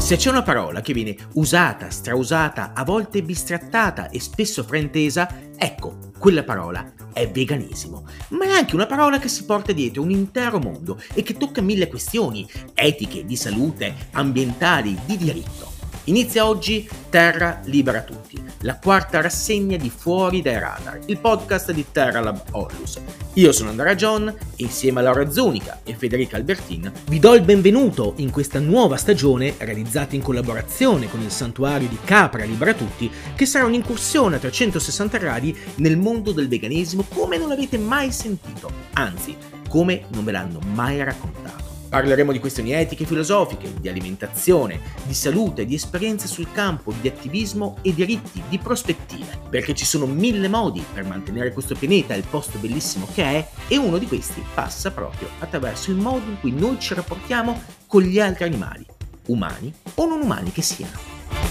Se c'è una parola che viene usata, strausata, a volte bistrattata e spesso fraintesa, ecco, quella parola è veganesimo. Ma è anche una parola che si porta dietro un intero mondo e che tocca mille questioni etiche, di salute, ambientali, di diritto. Inizia oggi Terra Libera Tutti, la quarta rassegna di Fuori dai Radar, il podcast di Terra Lab Onlus. Io sono Andrea John e insieme a Laura Zunica e Federica Albertin vi do il benvenuto in questa nuova stagione realizzata in collaborazione con il santuario di Capra Libera Tutti, che sarà un'incursione a 360 gradi nel mondo del veganesimo come non l'avete mai sentito, anzi come non ve l'hanno mai raccontato. Parleremo di questioni etiche e filosofiche, di alimentazione, di salute, di esperienze sul campo, di attivismo e diritti, di prospettive, perché ci sono mille modi per mantenere questo pianeta il posto bellissimo che è, e uno di questi passa proprio attraverso il modo in cui noi ci rapportiamo con gli altri animali, umani o non umani che siano.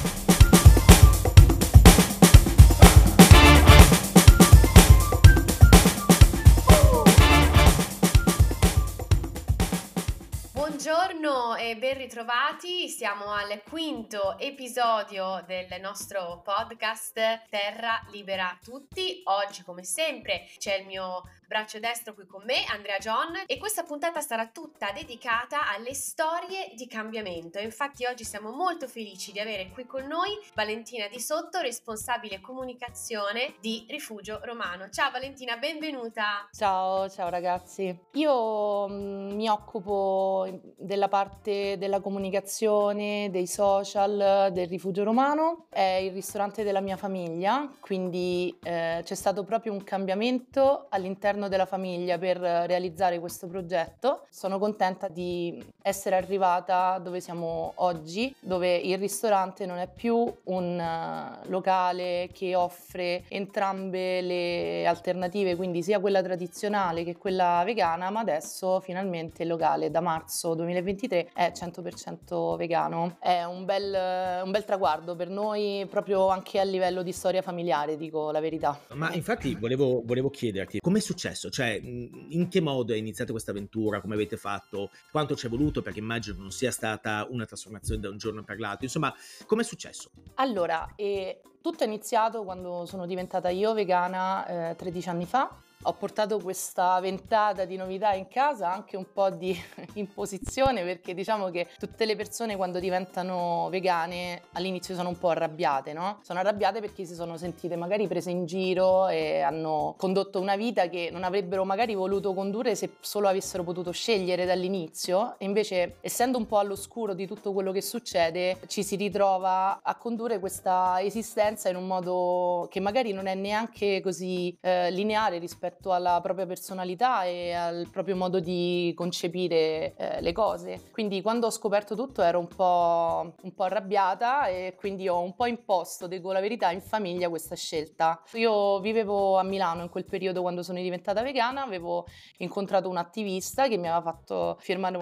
Buongiorno e ben ritrovati, siamo al quinto episodio del nostro podcast Terra Libera Tutti. Oggi, come sempre, c'è il mio braccio destro qui con me, Andrea John, e questa puntata sarà tutta dedicata alle storie di cambiamento. Infatti oggi siamo molto felici di avere qui con noi Valentina Di Sotto, responsabile comunicazione di Rifugio Romano. Ciao Valentina, benvenuta! Ciao ragazzi, io mi occupo della parte della comunicazione, dei social del Rifugio Romano. È il ristorante della mia famiglia, quindi c'è stato proprio un cambiamento all'interno della famiglia per realizzare questo progetto. Sono contenta di essere arrivata dove siamo oggi, dove il ristorante non è più un locale che offre entrambe le alternative, quindi sia quella tradizionale che quella vegana, ma adesso finalmente il locale da marzo 2023 è 100% vegano. È un bel traguardo per noi, proprio anche a livello di storia familiare, dico la verità. Ma infatti volevo chiederti, com'è successo? Cioè, in che modo è iniziata questa avventura? Come avete fatto? Quanto ci è voluto? Perché immagino non sia stata una trasformazione da un giorno per l'altro. Insomma, com'è successo? Allora, tutto è iniziato quando sono diventata io vegana 13 anni fa. Ho portato questa ventata di novità in casa, anche un po' di imposizione, perché diciamo che tutte le persone quando diventano vegane all'inizio sono un po' arrabbiate, no? Sono arrabbiate perché si sono sentite magari prese in giro e hanno condotto una vita che non avrebbero magari voluto condurre se solo avessero potuto scegliere dall'inizio, e invece, essendo un po' all'oscuro di tutto quello che succede, ci si ritrova a condurre questa esistenza in un modo che magari non è neanche così lineare rispetto alla propria personalità e al proprio modo di concepire le cose. Quindi quando ho scoperto tutto ero un po' arrabbiata, e quindi ho un po' imposto, dico la verità, in famiglia questa scelta. Io vivevo a Milano in quel periodo quando sono diventata vegana, avevo incontrato un attivista che mi aveva fatto firmare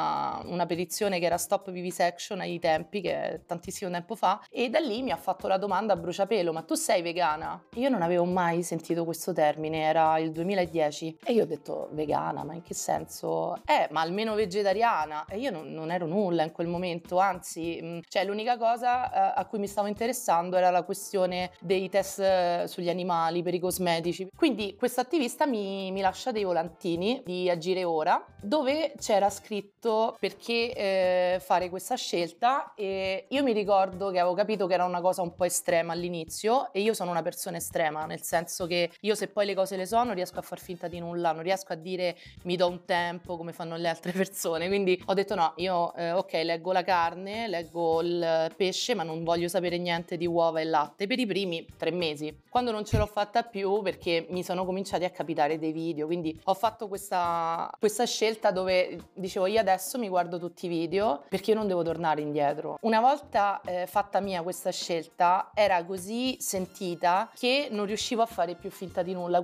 una petizione che era Stop Vivisection ai tempi, che è tantissimo tempo fa, e da lì mi ha fatto la domanda a bruciapelo: ma tu sei vegana? Io non avevo mai sentito questo termine, era il 2010, e io ho detto: vegana? Ma in che senso? Ma almeno vegetariana. E io non ero nulla in quel momento, anzi, cioè l'unica cosa a cui mi stavo interessando era la questione dei test sugli animali per i cosmetici. Quindi questo attivista mi lascia dei volantini di Agire Ora, dove c'era scritto perché fare questa scelta, e io mi ricordo che avevo capito che era una cosa un po' estrema all'inizio, e io sono una persona estrema, nel senso che io, se poi le cose le so, non riesco a far finta di nulla, non riesco a dire mi do un tempo come fanno le altre persone, quindi ho detto no, io ok, leggo la carne, leggo il pesce, ma non voglio sapere niente di uova e latte per i primi 3 mesi. Quando non ce l'ho fatta più, perché mi sono cominciati a capitare dei video, quindi ho fatto questa scelta dove dicevo: io adesso mi guardo tutti i video perché io non devo tornare indietro. Una volta fatta mia questa scelta, era così sentita che non riuscivo a fare più finta di nulla, quindi io sono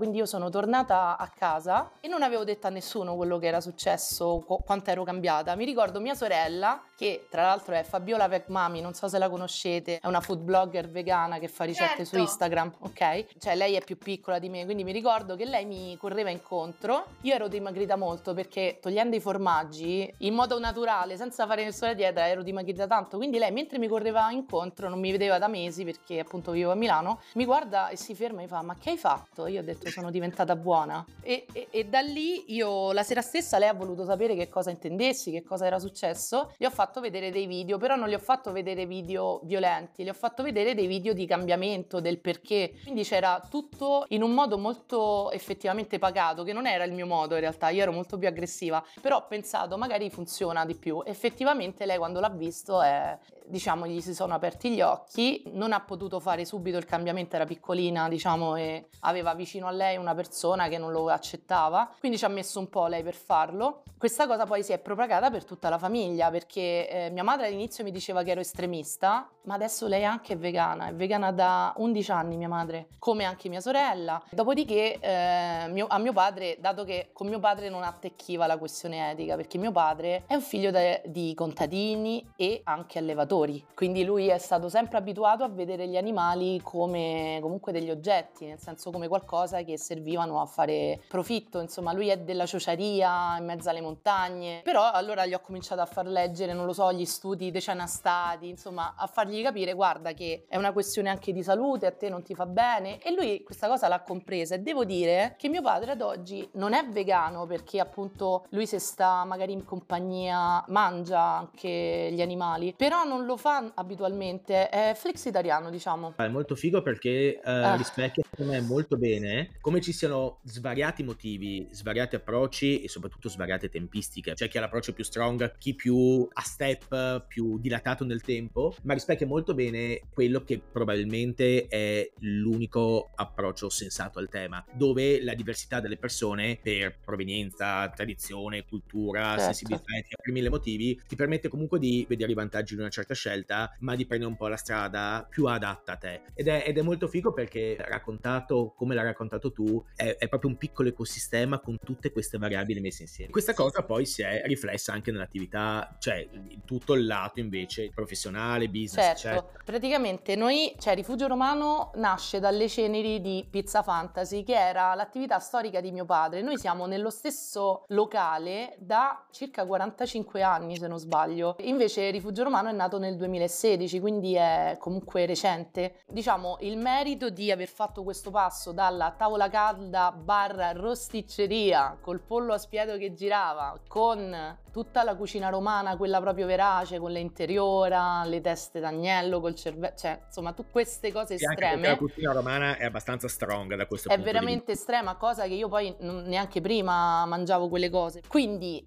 sono tornata a casa e non avevo detto a nessuno quello che era successo, quanto ero cambiata. Mi ricordo mia sorella, che tra l'altro è Fabiola Veg Mami, non so se la conoscete, è una food blogger vegana che fa ricette su Instagram, ok? Cioè lei è più piccola di me, quindi mi ricordo che lei mi correva incontro. Io ero dimagrita molto perché togliendo i formaggi in modo naturale, senza fare nessuna dieta, ero dimagrita tanto, quindi lei mentre mi correva incontro, non mi vedeva da mesi perché appunto vivo a Milano, mi guarda e si ferma e mi fa: ma che hai fatto? Io ho detto: sono diventata buona. E da lì io la sera stessa, lei ha voluto sapere che cosa intendessi, che cosa era successo. Gli ho fatto vedere dei video, però non gli ho fatto vedere video violenti, gli ho fatto vedere dei video di cambiamento, del perché. Quindi c'era tutto in un modo molto effettivamente pacato, che non era il mio modo in realtà, io ero molto più aggressiva, però ho pensato magari funziona di più. Effettivamente lei quando l'ha visto diciamo gli si sono aperti gli occhi, non ha potuto fare subito il cambiamento, era piccolina diciamo e aveva vicino a lei una persona che non lo accettava, quindi ci ha messo un po' lei per farlo. Questa cosa poi si è propagata per tutta la famiglia perché mia madre all'inizio mi diceva che ero estremista, ma adesso lei anche è vegana da 11 anni mia madre, come anche mia sorella. Dopodiché a mio padre, dato che con mio padre non attecchiva la questione etica, perché mio padre è un figlio di contadini e anche allevatori, quindi lui è stato sempre abituato a vedere gli animali come comunque degli oggetti, nel senso come qualcosa che servivano a fare profitto, insomma lui è della ciociaria in mezzo alle montagne. Però allora gli ho cominciato a far leggere, non lo so, gli studi dei cianastati, insomma a fargli capire: guarda che è una questione anche di salute, a te non ti fa bene. E lui questa cosa l'ha compresa e devo dire che mio padre ad oggi non è vegano perché appunto lui, se sta magari in compagnia, mangia anche gli animali, però non lo fa abitualmente, è flexitariano diciamo. È molto figo perché rispecchia secondo me molto bene come ci siano svariati motivi, svariati approcci e soprattutto svariate tempistiche. C'è chi ha l'approccio più strong, chi più a step, più dilatato nel tempo, ma rispecchia molto bene quello che probabilmente è l'unico approccio sensato al tema, dove la diversità delle persone per provenienza, tradizione, cultura, Certo. sensibilità etica, per mille motivi, ti permette comunque di vedere i vantaggi di una certa scelta, ma di prendere un po' la strada più adatta a te. Ed è molto figo perché raccontato come l'hai raccontato tu, è proprio un piccolo ecosistema con tutte queste variabili messe insieme. Questa cosa poi si è riflessa anche nell'attività, cioè in tutto il lato invece professionale, business, Certo, praticamente noi, cioè Rifugio Romano nasce dalle ceneri di Pizza Fantasy, che era l'attività storica di mio padre. Noi siamo nello stesso locale da circa 45 anni se non sbaglio, invece Rifugio Romano è nato nel 2016, quindi è comunque recente. Diciamo il merito di aver fatto questo passo dalla tavola calda bar rosticceria col pollo a spiedo che girava, con tutta la cucina romana, quella proprio verace, con le interiora, le teste d'agnello, col cervello, cioè insomma tutte queste cose estreme. Anche la cucina romana è abbastanza strong da questo punto di vista. È veramente estrema, cosa che io poi neanche prima mangiavo quelle cose. Quindi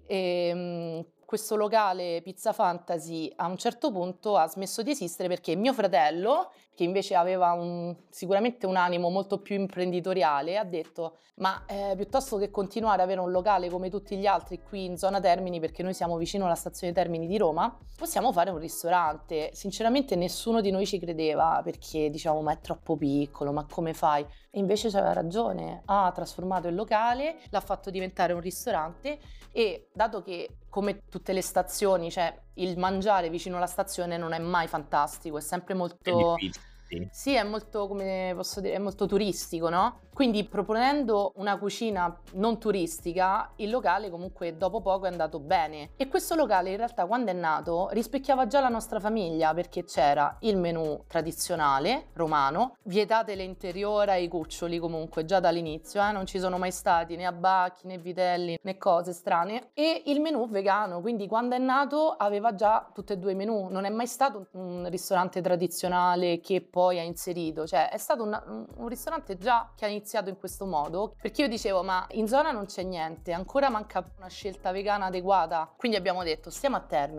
questo locale Pizza Fantasy a un certo punto ha smesso di esistere perché mio fratello, che invece aveva sicuramente un animo molto più imprenditoriale, ha detto: ma piuttosto che continuare ad avere un locale come tutti gli altri qui in zona Termini, perché noi siamo vicino alla stazione Termini di Roma, possiamo fare un ristorante. Sinceramente nessuno di noi ci credeva perché diciamo: ma è troppo piccolo, ma come fai? E invece c'aveva ragione, ha trasformato il locale, l'ha fatto diventare un ristorante. E dato che come tutte le stazioni, cioè il mangiare vicino alla stazione non è mai fantastico, è sempre molto... Sì, è molto, come posso dire, è molto turistico, no? Quindi proponendo una cucina non turistica, il locale comunque dopo poco è andato bene. E questo locale in realtà quando è nato rispecchiava già la nostra famiglia, perché c'era il menù tradizionale romano, vietate le interiora e i cuccioli comunque già dall'inizio, non ci sono mai stati né abbacchi né vitelli né cose strane, e il menù vegano, quindi quando è nato aveva già tutti e due i menù, non è mai stato un ristorante tradizionale che poi ha inserito, cioè è stato un ristorante già che ha iniziato in questo modo, perché io dicevo: ma in zona non c'è niente, ancora manca una scelta vegana adeguata, quindi abbiamo detto: stiamo a Termini,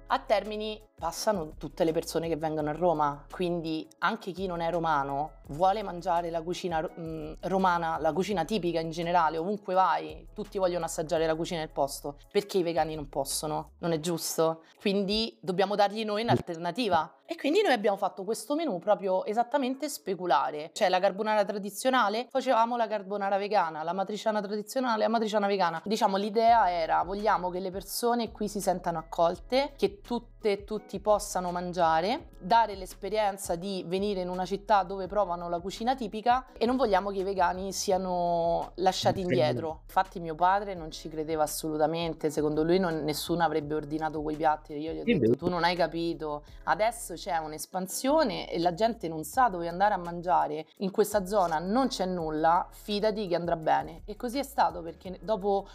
A Termini passano tutte le persone che vengono a Roma, quindi anche chi non è romano vuole mangiare la cucina romana, la cucina tipica in generale, ovunque vai, tutti vogliono assaggiare la cucina del posto, perché i vegani non possono, non è giusto? Quindi dobbiamo dargli noi un'alternativa. E quindi noi abbiamo fatto questo menù proprio esattamente speculare, cioè la carbonara tradizionale, facevamo la carbonara vegana, la matriciana tradizionale, la matriciana vegana. Diciamo l'idea era, vogliamo che le persone qui si sentano accolte, che tutte e tutti possano mangiare, dare l'esperienza di venire in una città dove provano la cucina tipica e non vogliamo che i vegani siano lasciati indietro. Infatti mio padre non ci credeva assolutamente, secondo lui nessuno avrebbe ordinato quei piatti, io gli ho detto tu non hai capito, adesso c'è un'espansione e la gente non sa dove andare a mangiare, in questa zona non c'è nulla, fidati che andrà bene. E così è stato, perché dopo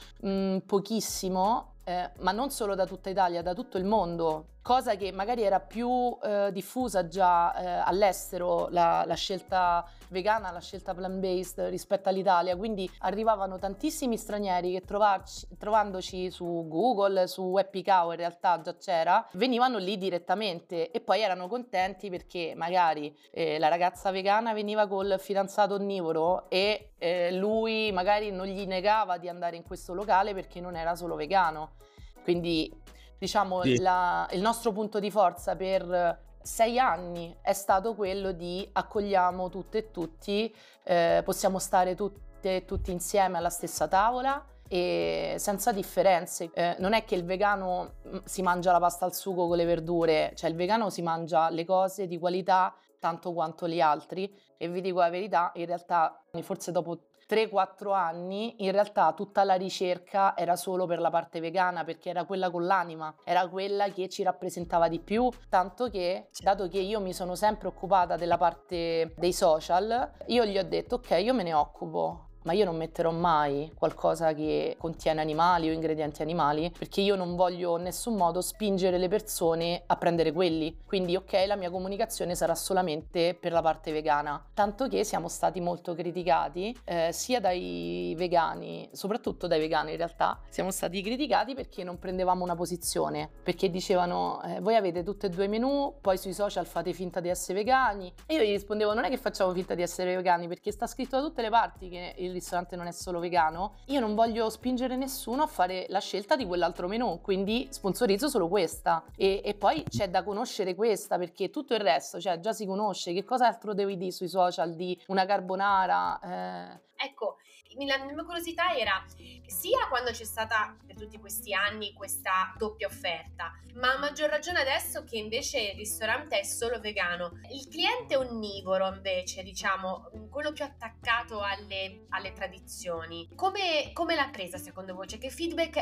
pochissimo, ma non solo da tutta Italia, da tutto il mondo, cosa che magari era più diffusa già all'estero, la scelta vegana, la scelta plant-based rispetto all'Italia, quindi arrivavano tantissimi stranieri che trovandoci su Google, su Happy Cow in realtà già c'era, venivano lì direttamente e poi erano contenti perché magari la ragazza vegana veniva col fidanzato onnivoro e lui magari non gli negava di andare in questo locale perché non era solo vegano. Quindi diciamo il nostro punto di forza per 6 anni è stato quello di accogliamo tutte e tutti, possiamo stare tutte e tutti insieme alla stessa tavola e senza differenze. Non è che il vegano si mangia la pasta al sugo con le verdure, cioè il vegano si mangia le cose di qualità tanto quanto gli altri e vi dico la verità, in realtà forse dopo 3-4 anni, in realtà tutta la ricerca era solo per la parte vegana perché era quella con l'anima, era quella che ci rappresentava di più, tanto che, dato che io mi sono sempre occupata della parte dei social, io gli ho detto ok, io me ne occupo, ma io non metterò mai qualcosa che contiene animali o ingredienti animali perché io non voglio in nessun modo spingere le persone a prendere quelli, quindi ok, la mia comunicazione sarà solamente per la parte vegana, tanto che siamo stati molto criticati sia dai vegani, soprattutto dai vegani in realtà, siamo stati criticati perché non prendevamo una posizione, perché dicevano voi avete tutte e due i menù, poi sui social fate finta di essere vegani e io gli rispondevo non è che facciamo finta di essere vegani perché sta scritto da tutte le parti che il ristorante non è solo vegano, io non voglio spingere nessuno a fare la scelta di quell'altro menù, quindi sponsorizzo solo questa e poi c'è da conoscere questa perché tutto il resto, cioè già si conosce, che cosa altro devi dire sui social di una carbonara? Ecco, la mia curiosità era sia quando c'è stata per tutti questi anni questa doppia offerta, ma a maggior ragione adesso che invece il ristorante è solo vegano. Il cliente onnivoro invece, diciamo, quello più attaccato alle tradizioni, come l'ha presa secondo voi? Cioè, che feedback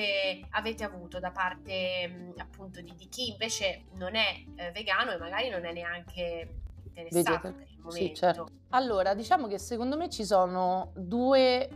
avete avuto da parte appunto di chi invece non è vegano e magari non è neanche interessato per il momento? Sì, certo. Allora, diciamo che secondo me ci sono due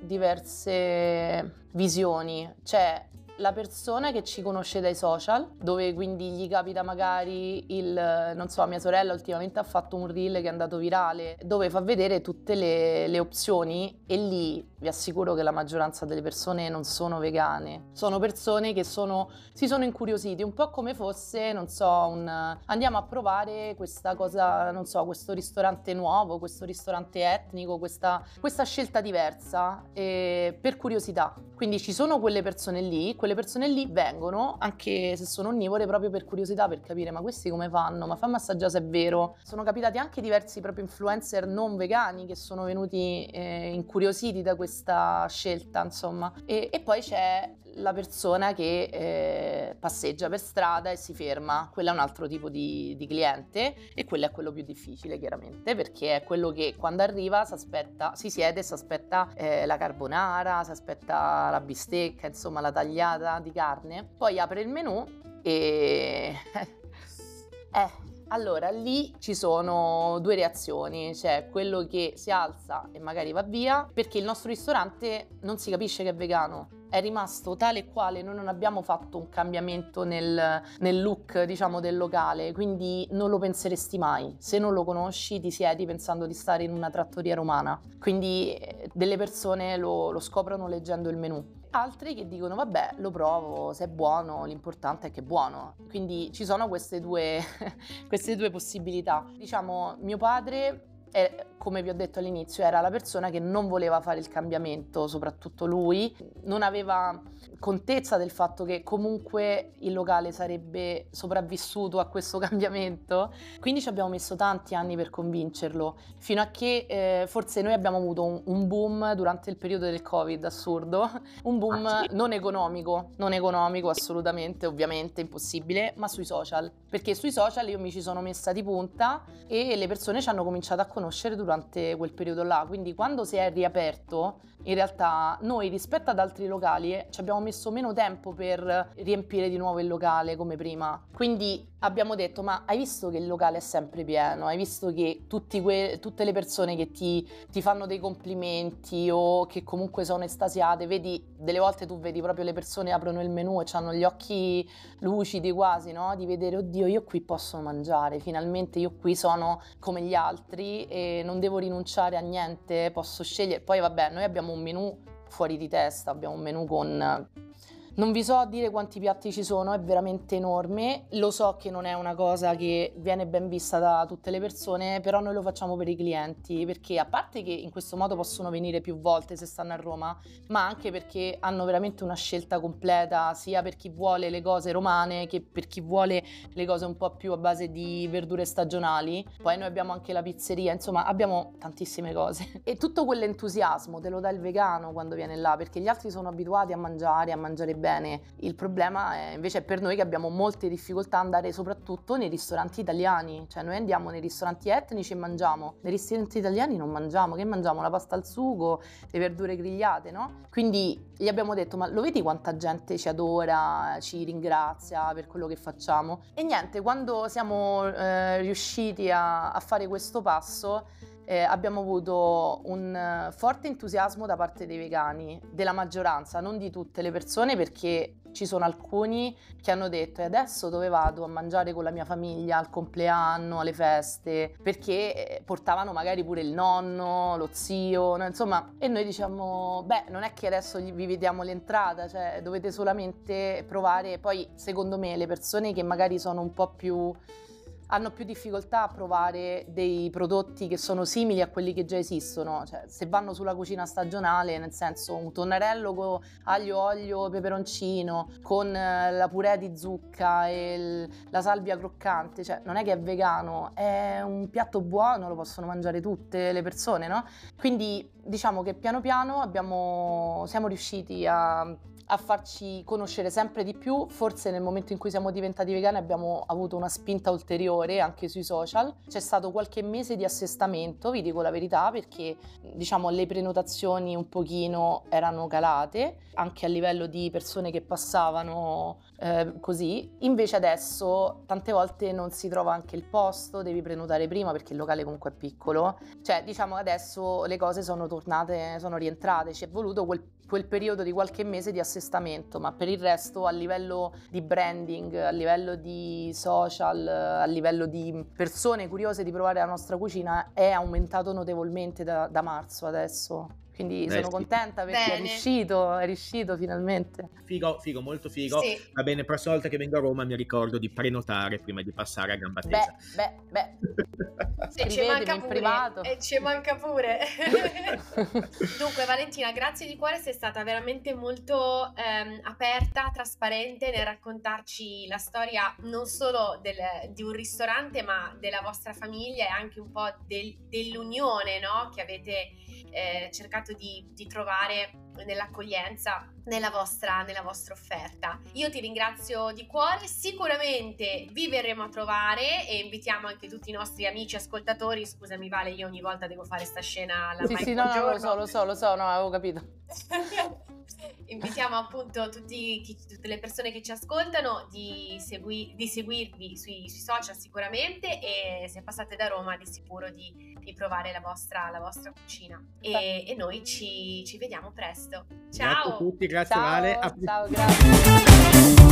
diverse visioni. C'è la persona che ci conosce dai social, dove quindi gli capita magari non so, mia sorella ultimamente ha fatto un reel che è andato virale, dove fa vedere tutte le opzioni e lì vi assicuro che la maggioranza delle persone non sono vegane, sono persone che si sono incuriositi, un po' come fosse, non so, andiamo a provare questa cosa, non so, questo ristorante nuovo, questo ristorante etnico, questa scelta diversa, per curiosità. Quindi ci sono quelle persone lì vengono, anche se sono onnivore, proprio per curiosità, per capire ma questi come fanno, ma fammi assaggiare se è vero. Sono capitati anche diversi proprio influencer non vegani che sono venuti incuriositi da questa scelta, insomma. E poi c'è la persona che passeggia per strada e si ferma, quello è un altro tipo di cliente e quello è quello più difficile chiaramente, perché è quello che quando arriva si siede e si aspetta la carbonara, si aspetta la bistecca, insomma la tagliata di carne, poi apre il menù e allora lì ci sono due reazioni, c'è quello che si alza e magari va via perché il nostro ristorante non si capisce che è vegano, è rimasto tale e quale, noi non abbiamo fatto un cambiamento nel look, diciamo, del locale, quindi non lo penseresti mai. Se non lo conosci ti siedi pensando di stare in una trattoria romana, quindi delle persone lo scoprono leggendo il menù. altri che dicono vabbè, lo provo, se è buono, l'importante è che è buono. Quindi ci sono queste due possibilità. Diciamo, mio padre, come vi ho detto all'inizio, era la persona che non voleva fare il cambiamento, soprattutto lui, non aveva contezza del fatto che comunque il locale sarebbe sopravvissuto a questo cambiamento, quindi ci abbiamo messo tanti anni per convincerlo, fino a che forse noi abbiamo avuto un boom durante il periodo del Covid, assurdo, un boom non economico assolutamente, ovviamente impossibile, ma sui social, perché sui social io mi ci sono messa di punta e le persone ci hanno cominciato a conoscere durante quel periodo là, quindi quando si è riaperto in realtà noi rispetto ad altri locali ci abbiamo messo meno tempo per riempire di nuovo il locale come prima, quindi abbiamo detto ma hai visto che il locale è sempre pieno, hai visto che tutte le persone che ti fanno dei complimenti o che comunque sono estasiate, vedi delle volte tu vedi proprio le persone aprono il menù e hanno gli occhi lucidi quasi, no? Di vedere oddio io qui posso mangiare, finalmente io qui sono come gli altri e non devo rinunciare a niente, posso scegliere. Poi vabbè, noi abbiamo un menù fuori di testa, abbiamo un menù con... Non vi so dire quanti piatti ci sono, è veramente enorme, lo so che non è una cosa che viene ben vista da tutte le persone, però noi lo facciamo per i clienti, perché a parte che in questo modo possono venire più volte se stanno a Roma, ma anche perché hanno veramente una scelta completa, sia per chi vuole le cose romane che per chi vuole le cose un po' più a base di verdure stagionali. Poi noi abbiamo anche la pizzeria, insomma abbiamo tantissime cose. E tutto quell'entusiasmo te lo dà il vegano quando viene là, perché gli altri sono abituati a mangiare bene. Il problema è invece per noi che abbiamo molte difficoltà ad andare soprattutto nei ristoranti italiani, cioè noi andiamo nei ristoranti etnici e mangiamo, nei ristoranti italiani non mangiamo, che mangiamo? La pasta al sugo, le verdure grigliate, no? Quindi gli abbiamo detto ma lo vedi quanta gente ci adora, ci ringrazia per quello che facciamo? E niente, quando siamo riusciti a fare questo passo abbiamo avuto un forte entusiasmo da parte dei vegani, della maggioranza, non di tutte le persone, perché ci sono alcuni che hanno detto e adesso dove vado a mangiare con la mia famiglia al compleanno, alle feste, perché portavano magari pure il nonno, lo zio, no? Insomma, e noi diciamo beh, non è che adesso vi vediamo l'entrata, cioè dovete solamente provare. Poi secondo me le persone che magari sono un po' più hanno più difficoltà a provare dei prodotti che sono simili a quelli che già esistono, cioè se vanno sulla cucina stagionale, nel senso un tonnarello con aglio, olio, peperoncino, con la purè di zucca e la salvia croccante, cioè non è che è vegano, è un piatto buono, lo possono mangiare tutte le persone, no? Quindi diciamo che piano piano siamo riusciti a farci conoscere sempre di più. Forse nel momento in cui siamo diventati vegani abbiamo avuto una spinta ulteriore anche sui social. C'è stato qualche mese di assestamento, vi dico la verità, perché diciamo le prenotazioni un pochino erano calate, anche a livello di persone che passavano così. Invece adesso tante volte non si trova anche il posto, devi prenotare prima perché il locale comunque è piccolo. Cioè diciamo adesso le cose sono tornate, sono rientrate, ci è voluto quel periodo di qualche mese di assestamento, ma per il resto a livello di branding, a livello di social, a livello di persone curiose di provare la nostra cucina è aumentato notevolmente da marzo adesso. Quindi sono contenta perché è riuscito finalmente. Figo, molto figo. Sì. Va bene, prossima volta che vengo a Roma mi ricordo di prenotare prima di passare a gamba tesa. Beh. E ci manca pure. Privato. E ci manca pure. Dunque Valentina, grazie di cuore, sei stata veramente molto aperta, trasparente nel raccontarci la storia non solo di un ristorante, ma della vostra famiglia e anche un po' dell'unione, no? Che avete cercato di trovare nell'accoglienza, nella vostra offerta. Io ti ringrazio di cuore, sicuramente vi verremo a trovare e invitiamo anche tutti i nostri amici ascoltatori. Scusami Vale, io ogni volta devo fare sta scena alla Sì, no, lo so, no, avevo capito. Invitiamo appunto tutte le persone che ci ascoltano di seguirvi sui social sicuramente, e se passate da Roma di sicuro di provare la vostra cucina e noi ci vediamo presto. Ciao! Grazie a tutti, grazie ciao, Vale. Ciao, grazie.